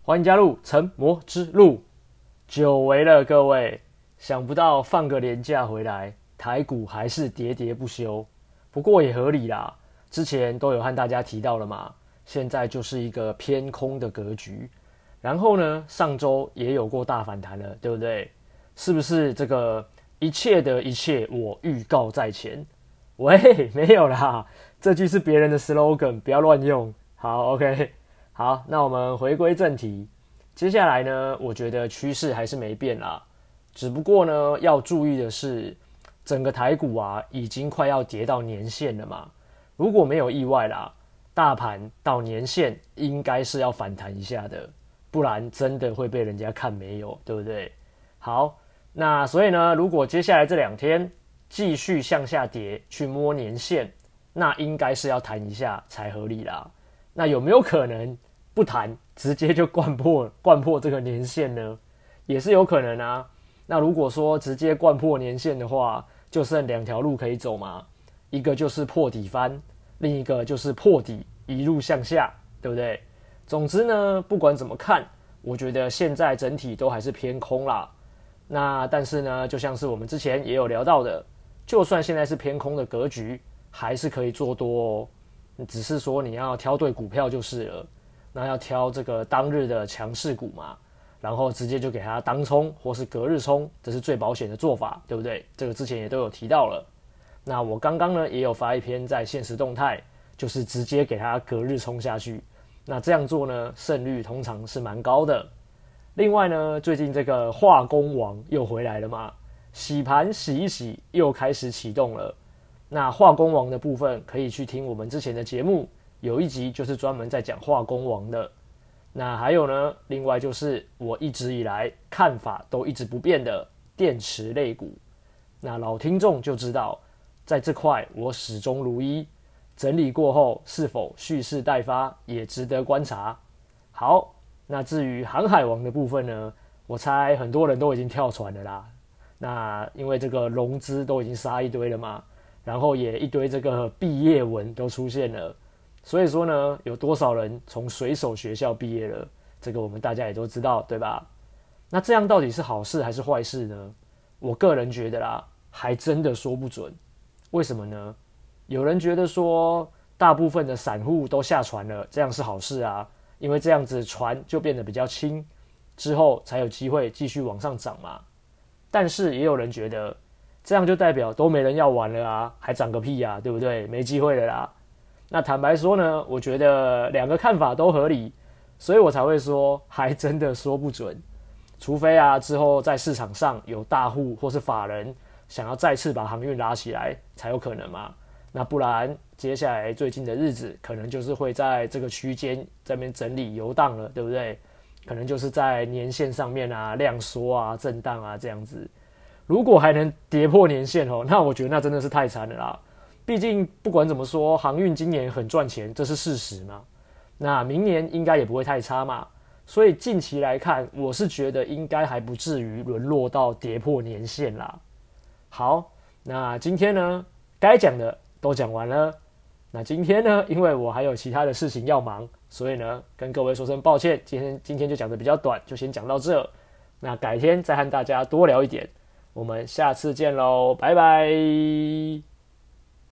欢迎加入成魔之路。久违了各位，想不到放个连假回来，台股还是喋喋不休。不过也合理啦，之前都有和大家提到了嘛，现在就是一个偏空的格局。然后呢，上周也有过大反弹了，对不对？是不是这个一切的一切我预告在前？喂，没有啦，这句是别人的 slogan， 不要乱用。好 ，OK， 好，那我们回归正题。接下来呢，我觉得趋势还是没变啦，只不过呢，要注意的是，整个台股啊，已经快要跌到年线了嘛。如果没有意外啦，大盘到年线应该是要反弹一下的，不然真的会被人家看没有，对不对？好，那所以呢，如果接下来这2天继续向下跌，去摸年线，那应该是要弹一下才合理啦。那有没有可能不弹，直接就灌破这个年线呢？也是有可能啊。那如果说直接灌破年线的话，就剩2条路可以走嘛，一个就是破底翻，另一个就是破底一路向下，对不对？总之呢，不管怎么看，我觉得现在整体都还是偏空啦。那但是呢，就像是我们之前也有聊到的，就算现在是偏空的格局，还是可以做多哦。只是说你要挑对股票就是了。那要挑这个当日的强势股嘛，然后直接就给它当冲或是隔日冲，这是最保险的做法，对不对？这个之前也都有提到了。那我刚刚呢也有发一篇在限时动态，就是直接给它隔日冲下去。那这样做呢，胜率通常是蛮高的。另外呢，最近这个化工王又回来了嘛，洗盘洗一洗，又开始启动了。那化工王的部分可以去听我们之前的节目，有一集就是专门在讲化工王的。那还有呢，另外就是我一直以来看法都一直不变的电池类股。那老听众就知道，在这块我始终如一，整理过后是否蓄势待发也值得观察。好，那至于航海王的部分呢，我猜很多人都已经跳船了啦。那因为这个融资都已经杀一堆了嘛，然后也一堆这个毕业文都出现了，所以说呢，有多少人从水手学校毕业了，这个我们大家也都知道，对吧？那这样到底是好事还是坏事呢？我个人觉得啦，还真的说不准。为什么呢？有人觉得说，大部分的散户都下船了，这样是好事啊，因为这样子船就变得比较轻，之后才有机会继续往上涨嘛。但是也有人觉得，这样就代表都没人要玩了啊，还涨个屁啊，对不对？没机会了啦。那坦白说呢，我觉得2个看法都合理，所以我才会说还真的说不准。除非啊之后在市场上有大户或是法人想要再次把航运拉起来才有可能嘛。那不然接下来最近的日子可能就是会在这个区间这边整理游荡了，对不对？可能就是在年线上面啊量缩啊震荡啊这样子。如果还能跌破年线哦，那我觉得那真的是太惨了啦。毕竟不管怎么说，航运今年很赚钱，这是事实嘛。那明年应该也不会太差嘛。所以近期来看，我是觉得应该还不至于沦落到跌破年线啦。好，那今天呢，该讲的都讲完了。那今天呢，因为我还有其他的事情要忙，所以呢，跟各位说声抱歉，今天就讲的比较短，就先讲到这。那改天再和大家多聊一点。我们下次见喽，拜拜。